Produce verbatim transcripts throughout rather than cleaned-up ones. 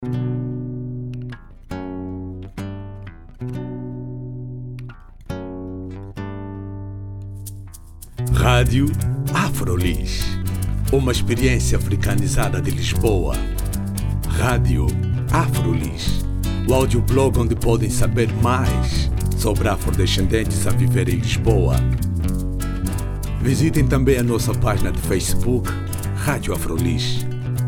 Rádio Afrolis, uma experiência africanizada de Lisboa. Rádio Afrolis, o audioblog onde podem saber mais sobre afrodescendentes a viver em Lisboa. Visitem também a nossa página de Facebook, Rádio Afrolis.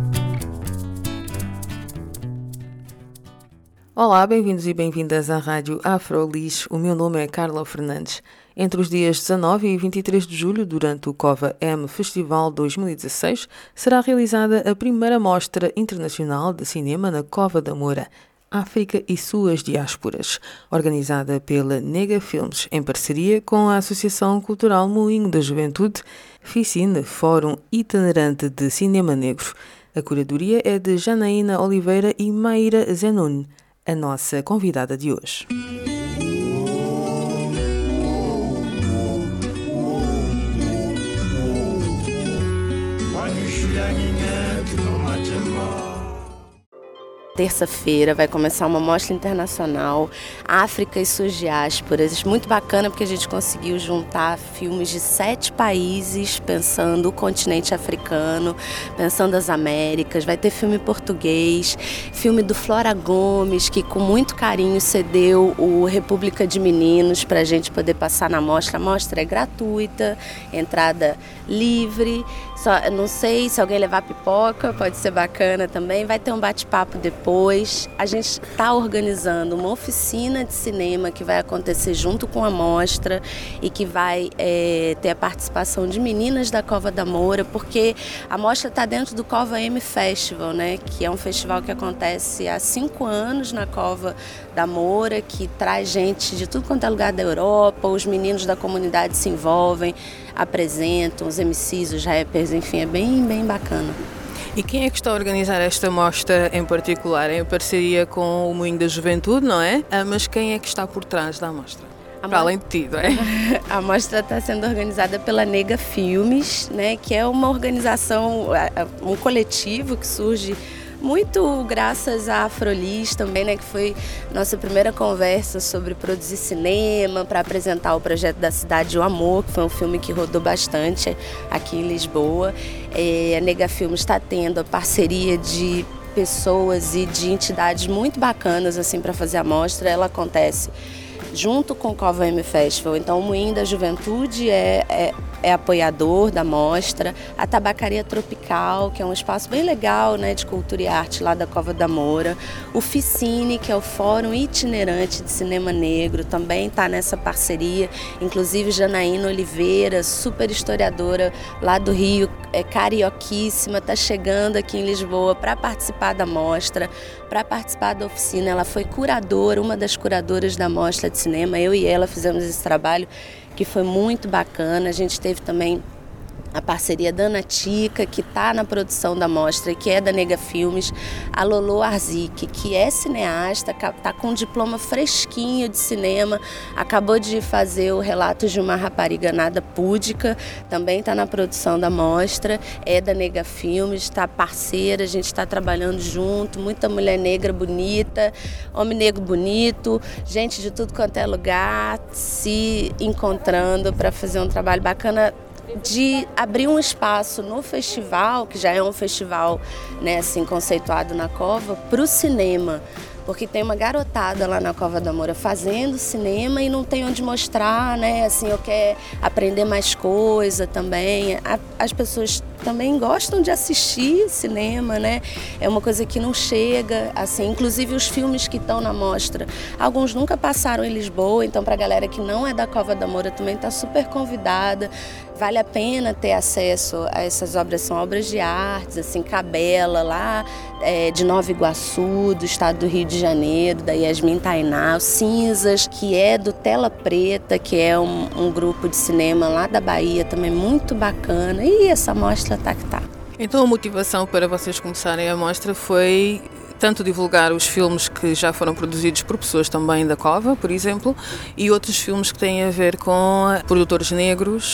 Olá, bem-vindos e bem-vindas à Rádio Afrolis. O meu nome é Carla Fernandes. Entre os dias dezanove e vinte e três de julho, durante o Cova M Festival dois mil e dezasseis, será realizada a primeira mostra internacional de cinema na Cova da Moura, África e suas diásporas, organizada pela Nega Filmes, em parceria com a Associação Cultural Moinho da Juventude, FICINE, Fórum Itinerante de Cinema Negro. A curadoria é de Janaína Oliveira e Maíra Zenon, a nossa convidada de hoje. Terça-feira vai começar uma mostra internacional, África e suas diásporas. Muito bacana porque a gente conseguiu juntar filmes de sete países, pensando o continente africano, pensando as Américas. Vai ter filme português, filme do Flora Gomes, que com muito carinho cedeu o República de Meninos para a gente poder passar na mostra. A mostra é gratuita, entrada livre. Só, não sei se alguém levar pipoca, pode ser bacana também. Vai ter um bate-papo depois. A gente está organizando uma oficina de cinema que vai acontecer junto com a mostra e que vai é, ter a participação de meninas da Cova da Moura, porque a mostra está dentro do Cova M Festival, né, que é um festival que acontece há cinco anos na Cova da Moura, que traz gente de tudo quanto é lugar da Europa. Os meninos da comunidade se envolvem, apresentam, os M Cs, os rappers, enfim, é bem, bem bacana. E quem é que está a organizar esta mostra em particular? Em parceria com o Moinho da Juventude, não é? Ah, mas quem é que está por trás da mostra? A Para mo... além de ti, não é? A mostra está sendo organizada pela Nega Filmes, né, que é uma organização, um coletivo que surge muito graças à Afrolis também, né, que foi nossa primeira conversa sobre produzir cinema, para apresentar o projeto da Cidade do Amor, que foi um filme que rodou bastante aqui em Lisboa. É, a Nega Filmes está tendo a parceria de pessoas e de entidades muito bacanas assim, para fazer a mostra. Ela acontece junto com o Cova M Festival. Então, o Moinho da Juventude é, é, é apoiador da mostra. A Tabacaria Tropical, que é um espaço bem legal, né, de cultura e arte lá da Cova da Moura. O FICINE, que é o Fórum Itinerante de Cinema Negro, também está nessa parceria. Inclusive, Janaína Oliveira, super historiadora lá do Rio, é carioquíssima, está chegando aqui em Lisboa para participar da mostra, para participar da oficina. Ela foi curadora, uma das curadoras da mostra de cinema. Eu e ela fizemos esse trabalho que foi muito bacana. A gente teve também a parceria da Ana Tica, que está na produção da mostra, que é da Nega Filmes, a Lolo Arzik, que é cineasta, está com um diploma fresquinho de cinema, acabou de fazer o Relatos de uma Rapariga Nada Púdica, também está na produção da mostra, é da Nega Filmes, está parceira, a gente está trabalhando junto, muita mulher negra bonita, homem negro bonito, gente de tudo quanto é lugar, se encontrando para fazer um trabalho bacana, de abrir um espaço no festival, que já é um festival, né, assim, conceituado na Cova, para o cinema. Porque tem uma garotada lá na Cova da Moura fazendo cinema e não tem onde mostrar, né? Assim, eu quero aprender mais coisa também. As pessoas também gostam de assistir cinema, né? É uma coisa que não chega, assim, inclusive os filmes que estão na mostra. Alguns nunca passaram em Lisboa, então para a galera que não é da Cova da Moura também está super convidada. Vale a pena ter acesso a essas obras, são obras de artes, assim, Cabela, lá é, de Nova Iguaçu, do estado do Rio de Janeiro, da Yasmin Tainá, o Cinzas, que é do Tela Preta, que é um, um grupo de cinema lá da Bahia, também muito bacana, e essa mostra tá que tá. Então a motivação para vocês começarem a mostra foi tanto divulgar os filmes que já foram produzidos por pessoas também da Cova, por exemplo, e outros filmes que têm a ver com produtores negros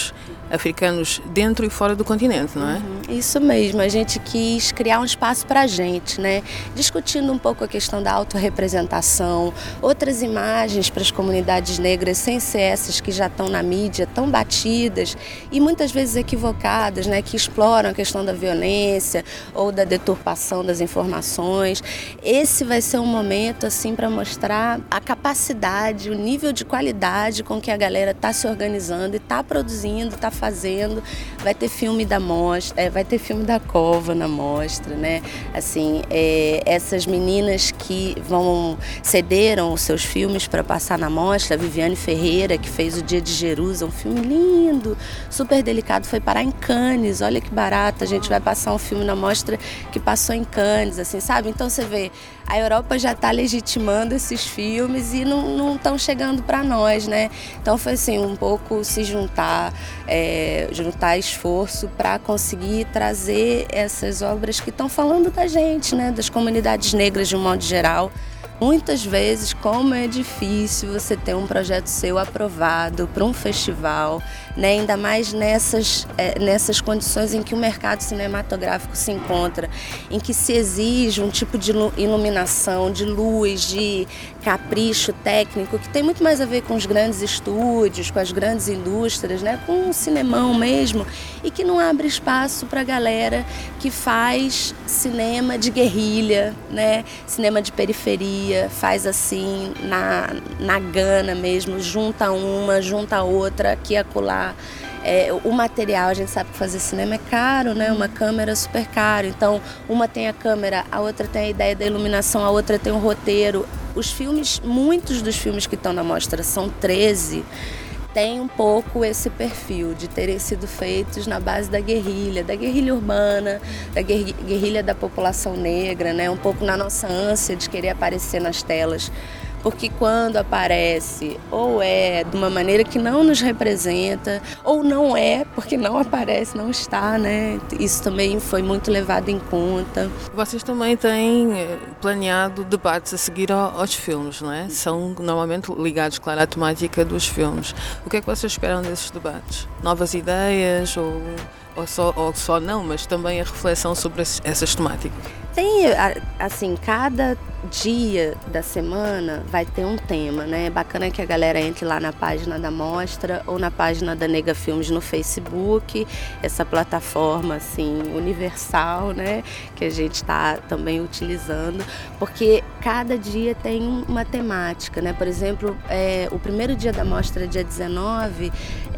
africanos dentro e fora do continente, não é? Uhum, isso mesmo, a gente quis criar um espaço para a gente, né? Discutindo um pouco a questão da autorrepresentação, outras imagens para as comunidades negras sem ser essas que já estão na mídia, tão batidas e muitas vezes equivocadas, né? Que exploram a questão da violência ou da deturpação das informações. Esse vai ser um momento assim para mostrar a capacidade, o nível de qualidade com que a galera está se organizando e está produzindo, está fazendo. Vai ter filme da mostra, é, vai ter filme da Cova na mostra, né? Assim, é, essas meninas que vão cederam os seus filmes para passar na mostra, a Viviane Ferreira, que fez O Dia de Jerusa, um filme lindo, super delicado, foi parar em Cannes. Olha que barato, a gente vai passar um filme na mostra que passou em Cannes, assim, sabe? Então você vê, a Europa já está legitimando esses filmes e não estão chegando para nós, né? Então foi assim, um pouco se juntar, é, juntar esforço para conseguir trazer essas obras que estão falando da gente, né? Das comunidades negras de um modo geral. Muitas vezes, como é difícil você ter um projeto seu aprovado para um festival, né? Ainda mais nessas, é, nessas condições em que o mercado cinematográfico se encontra, em que se exige um tipo de iluminação, de luz, de capricho técnico, que tem muito mais a ver com os grandes estúdios, com as grandes indústrias, né? Com o cinemão mesmo, e que não abre espaço para a galera que faz cinema de guerrilha, né? Cinema de periferia, faz assim, na, na gana mesmo, junta uma, junta outra, aqui e acolá. É, o material, a gente sabe que fazer cinema é caro, né? Uma câmera é super caro. Então, uma tem a câmera, a outra tem a ideia da iluminação, a outra tem o roteiro. Os filmes, muitos dos filmes que estão na mostra, são treze, tem um pouco esse perfil de terem sido feitos na base da guerrilha, da guerrilha urbana, da guerrilha da população negra, né? Um pouco na nossa ânsia de querer aparecer nas telas. Porque quando aparece, ou é de uma maneira que não nos representa, ou não é, porque não aparece, não está, né? Isso também foi muito levado em conta. Vocês também têm planeado debates a seguir aos filmes, não é? São normalmente ligados, claro, à temática dos filmes. O que é que vocês esperam desses debates? Novas ideias ou, ou, só, ou só não, mas também a reflexão sobre essas temáticas? Tem, assim, cada dia da semana vai ter um tema, né? É bacana que a galera entre lá na página da mostra ou na página da Nega Filmes no Facebook, essa plataforma, assim, universal, né? Que a gente está também utilizando, porque cada dia tem uma temática, né? Por exemplo, é, o primeiro dia da mostra, dia dezenove,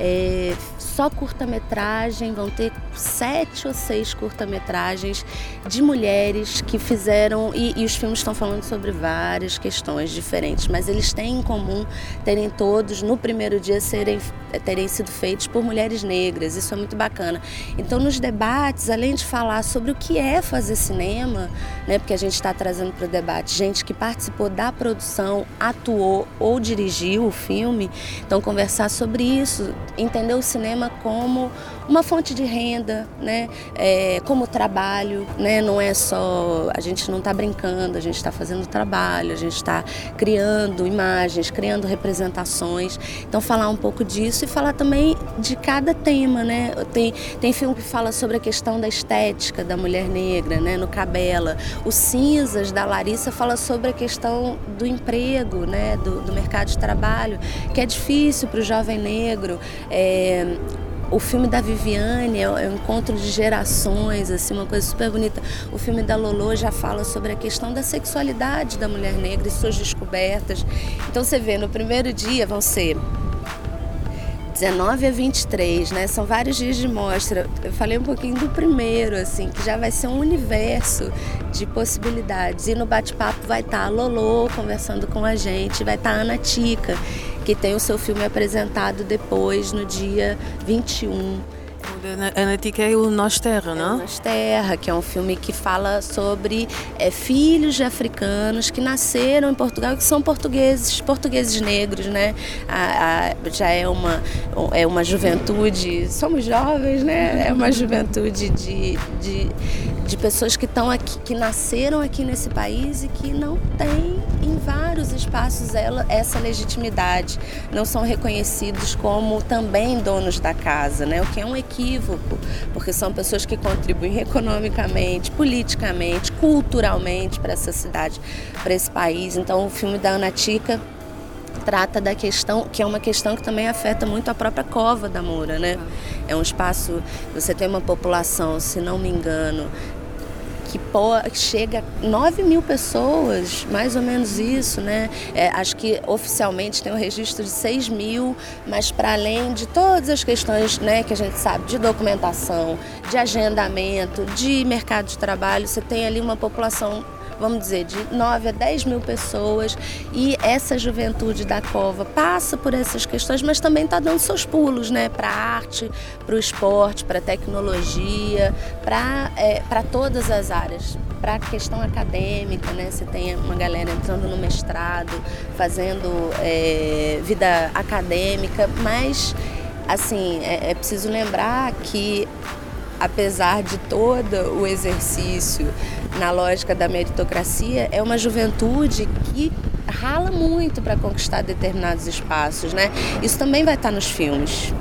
é só curta-metragem, vão ter sete ou seis curta-metragens de mulheres que fizeram, e, e os filmes estão falando sobre várias questões diferentes, mas eles têm em comum terem todos, no primeiro dia, serem, terem sido feitos por mulheres negras. Isso é muito bacana. Então, nos debates, além de falar sobre o que é fazer cinema, né, porque a gente está trazendo para o debate gente que participou da produção, atuou ou dirigiu o filme, então conversar sobre isso, entender o cinema como uma fonte de renda, né? É, como trabalho, né? Não é só, a gente não está brincando, a gente está fazendo trabalho, a gente está criando imagens, criando representações. Então, falar um pouco disso e falar também de cada tema, né? Tem, tem filme que fala sobre a questão da estética da mulher negra, né? No Cabela. O Cinzas, da Larissa, fala sobre a questão do emprego, né? Do, do mercado de trabalho, que é difícil para o jovem negro. É, O filme da Viviane é um encontro de gerações, assim, uma coisa super bonita. O filme da Lolo já fala sobre a questão da sexualidade da mulher negra e suas descobertas. Então você vê, no primeiro dia vão ser dezenove a vinte e três, né? São vários dias de mostra. Eu falei um pouquinho do primeiro, assim, que já vai ser um universo de possibilidades. E no bate-papo vai estar a Lolo conversando com a gente, vai estar a Ana Tica, que tem o seu filme apresentado depois, no dia vinte e um. O da Anatica é o Nós Terra, não? É o Nós Terra, que é um filme que fala sobre é, filhos de africanos que nasceram em Portugal, que são portugueses, portugueses negros, né? A, a, já é uma, é uma juventude, somos jovens, né? É uma juventude de, de, de pessoas que estão aqui, que nasceram aqui nesse país e que não têm em vários espaços ela, essa legitimidade, não são reconhecidos como também donos da casa, né? O que é um equívoco, porque são pessoas que contribuem economicamente, politicamente, culturalmente para essa cidade, para esse país. Então o filme da Anatica trata da questão, que é uma questão que também afeta muito a própria Cova da Moura, né? É um espaço, você tem uma população, se não me engano, que pô, chega a nove mil pessoas, mais ou menos isso, né? É, acho que oficialmente tem um registro de seis mil, mas para além de todas as questões, né, que a gente sabe, de documentação, de agendamento, de mercado de trabalho, você tem ali uma população, vamos dizer, de nove a dez mil pessoas, e essa juventude da Cova passa por essas questões, mas também está dando seus pulos, né, para a arte, para o esporte, para a tecnologia, para é, para todas as áreas, para a questão acadêmica, né, você tem uma galera entrando no mestrado, fazendo é, vida acadêmica, mas assim, é, é preciso lembrar que apesar de todo o exercício na lógica da meritocracia, é uma juventude que rala muito para conquistar determinados espaços, né? Isso também vai estar nos filmes.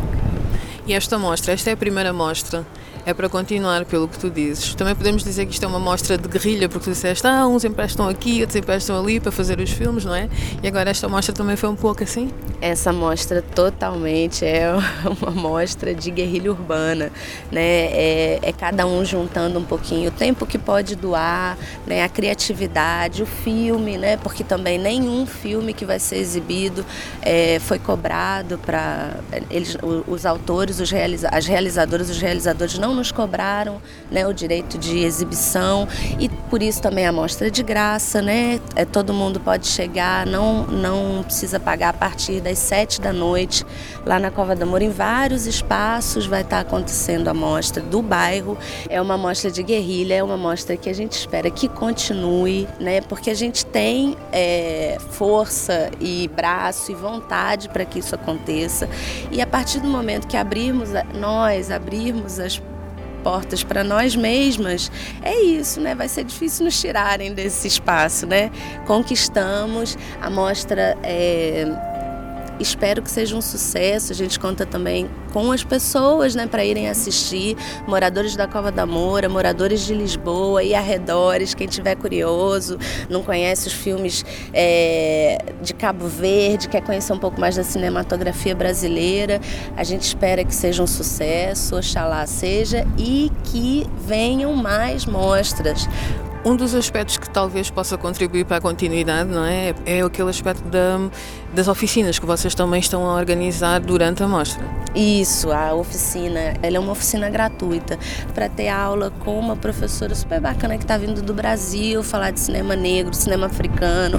E esta mostra, esta é a primeira mostra, é para continuar pelo que tu dizes. Também podemos dizer que isto é uma mostra de guerrilha, porque tu disseste, ah, uns emprestam aqui, outros emprestam ali para fazer os filmes, não é? E agora esta mostra também foi um pouco assim? Essa mostra totalmente é uma mostra de guerrilha urbana, né? É, é cada um juntando um pouquinho o tempo que pode doar, né? A criatividade, o filme, né? Porque também nenhum filme que vai ser exibido é, foi cobrado para eles, os autores, os realiza, as realizadoras, os realizadores não nos cobraram, né, o direito de exibição, e por isso também a mostra é de graça, né? É, todo mundo pode chegar, não, não precisa pagar a partir das sete da noite, lá na Cova da Moura, em vários espaços vai estar acontecendo a mostra do bairro. É uma mostra de guerrilha, é uma mostra que a gente espera que continue, né? Porque a gente tem é, força e braço e vontade para que isso aconteça, e a partir do momento que abrirmos, nós abrirmos as portas para nós mesmas, é isso, né? Vai ser difícil nos tirarem desse espaço, né? Conquistamos, a mostra é... espero que seja um sucesso. A gente conta também com as pessoas, né, para irem assistir, moradores da Cova da Moura, moradores de Lisboa e arredores, quem tiver curioso, não conhece os filmes é, de Cabo Verde, quer conhecer um pouco mais da cinematografia brasileira, a gente espera que seja um sucesso, oxalá seja, e que venham mais mostras. Um dos aspectos que talvez possa contribuir para a continuidade, não é? É aquele aspecto da, das oficinas que vocês também estão a organizar durante a mostra. Isso, a oficina, ela é uma oficina gratuita para ter aula com uma professora super bacana que está vindo do Brasil, falar de cinema negro, cinema africano.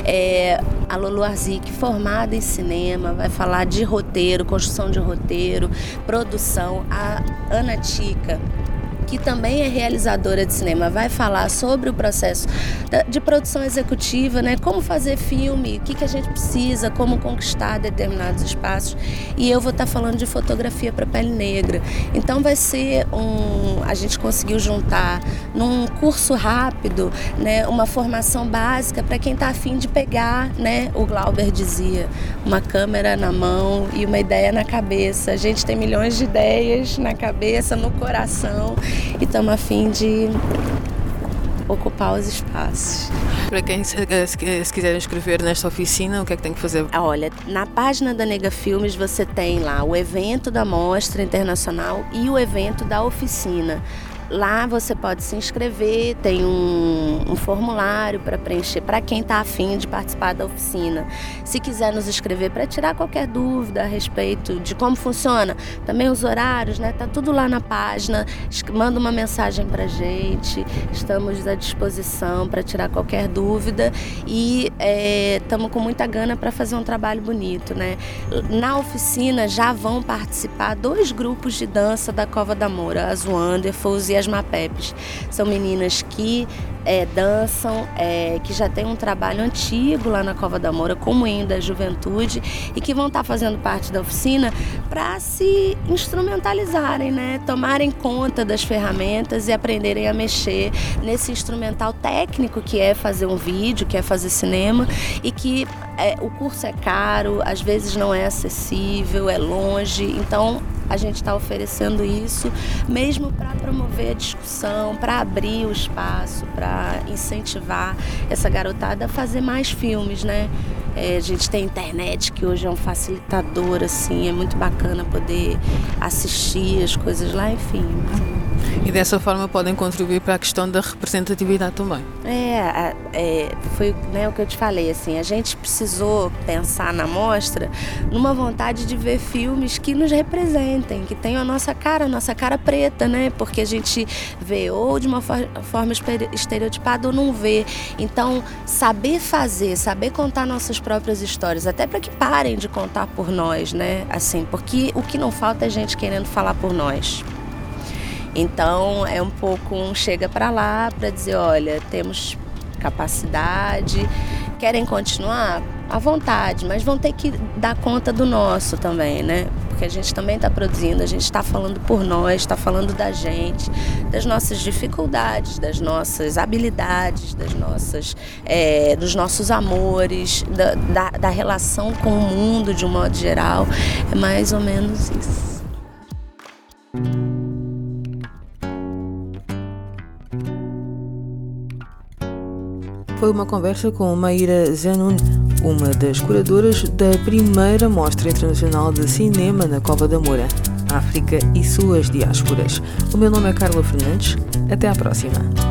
É, a Lulu Arzik, formada em cinema, vai falar de roteiro, construção de roteiro, produção. A Anatica, que também é realizadora de cinema, vai falar sobre o processo de produção executiva, né? Como fazer filme, o que, que a gente precisa, como conquistar determinados espaços. E eu vou estar falando de fotografia para pele negra. Então vai ser um... A gente conseguiu juntar num curso rápido, né, uma formação básica para quem está a fim de pegar, né? O Glauber dizia, uma câmera na mão e uma ideia na cabeça. A gente tem milhões de ideias na cabeça, no coração, e estamos a fim de ocupar os espaços. Para quem se, se quiser inscrever nesta oficina, o que é que tem que fazer? Olha, na página da Nega Filmes você tem lá o evento da Mostra Internacional e o evento da oficina. lá você pode se inscrever, tem um, um formulário para preencher para quem está afim de participar da oficina. Se quiser nos escrever para tirar qualquer dúvida a respeito de como funciona, também os horários, né? Tá tudo lá na página. Manda uma mensagem para a gente, estamos à disposição para tirar qualquer dúvida e estamos é, com muita gana para fazer um trabalho bonito, né? Na oficina já vão participar dois grupos de dança da Cova da Moura, as Wonderfuls e as Mapepes. São meninas que é, dançam, é, que já tem um trabalho antigo lá na Cova da Moura, com o Moinho da Juventude, e que vão estar fazendo parte da oficina para se instrumentalizarem, né? Tomarem conta das ferramentas e aprenderem a mexer nesse instrumental técnico que é fazer um vídeo, que é fazer cinema, e que é, o curso é caro, às vezes não é acessível, é longe, então a gente está oferecendo isso mesmo para promover a discussão, para abrir o espaço, para incentivar essa garotada a fazer mais filmes, né? É, a gente tem internet, que hoje é um facilitador, assim, é muito bacana poder assistir as coisas lá, enfim. E dessa forma podem contribuir para a questão da representatividade também. É, é foi, né, o que eu te falei, assim, a gente precisou pensar na mostra numa vontade de ver filmes que nos representem, que tenham a nossa cara, a nossa cara preta, né? Porque a gente vê ou de uma for- forma estereotipada ou não vê. Então, saber fazer, saber contar nossas próprias histórias, até para que parem de contar por nós, né? Assim, porque o que não falta é gente querendo falar por nós. Então, é um pouco um chega para lá para dizer, olha, temos capacidade, querem continuar? À vontade, mas vão ter que dar conta do nosso também, né? Porque a gente também está produzindo, a gente está falando por nós, está falando da gente, das nossas dificuldades, das nossas habilidades, das nossas, é, dos nossos amores, da, da, da relação com o mundo de um modo geral. É mais ou menos isso. Foi uma conversa com Maíra Zanoun, uma das curadoras da primeira Mostra Internacional de Cinema na Cova da Moura, África e suas diásporas. O meu nome é Carla Fernandes. Até à próxima.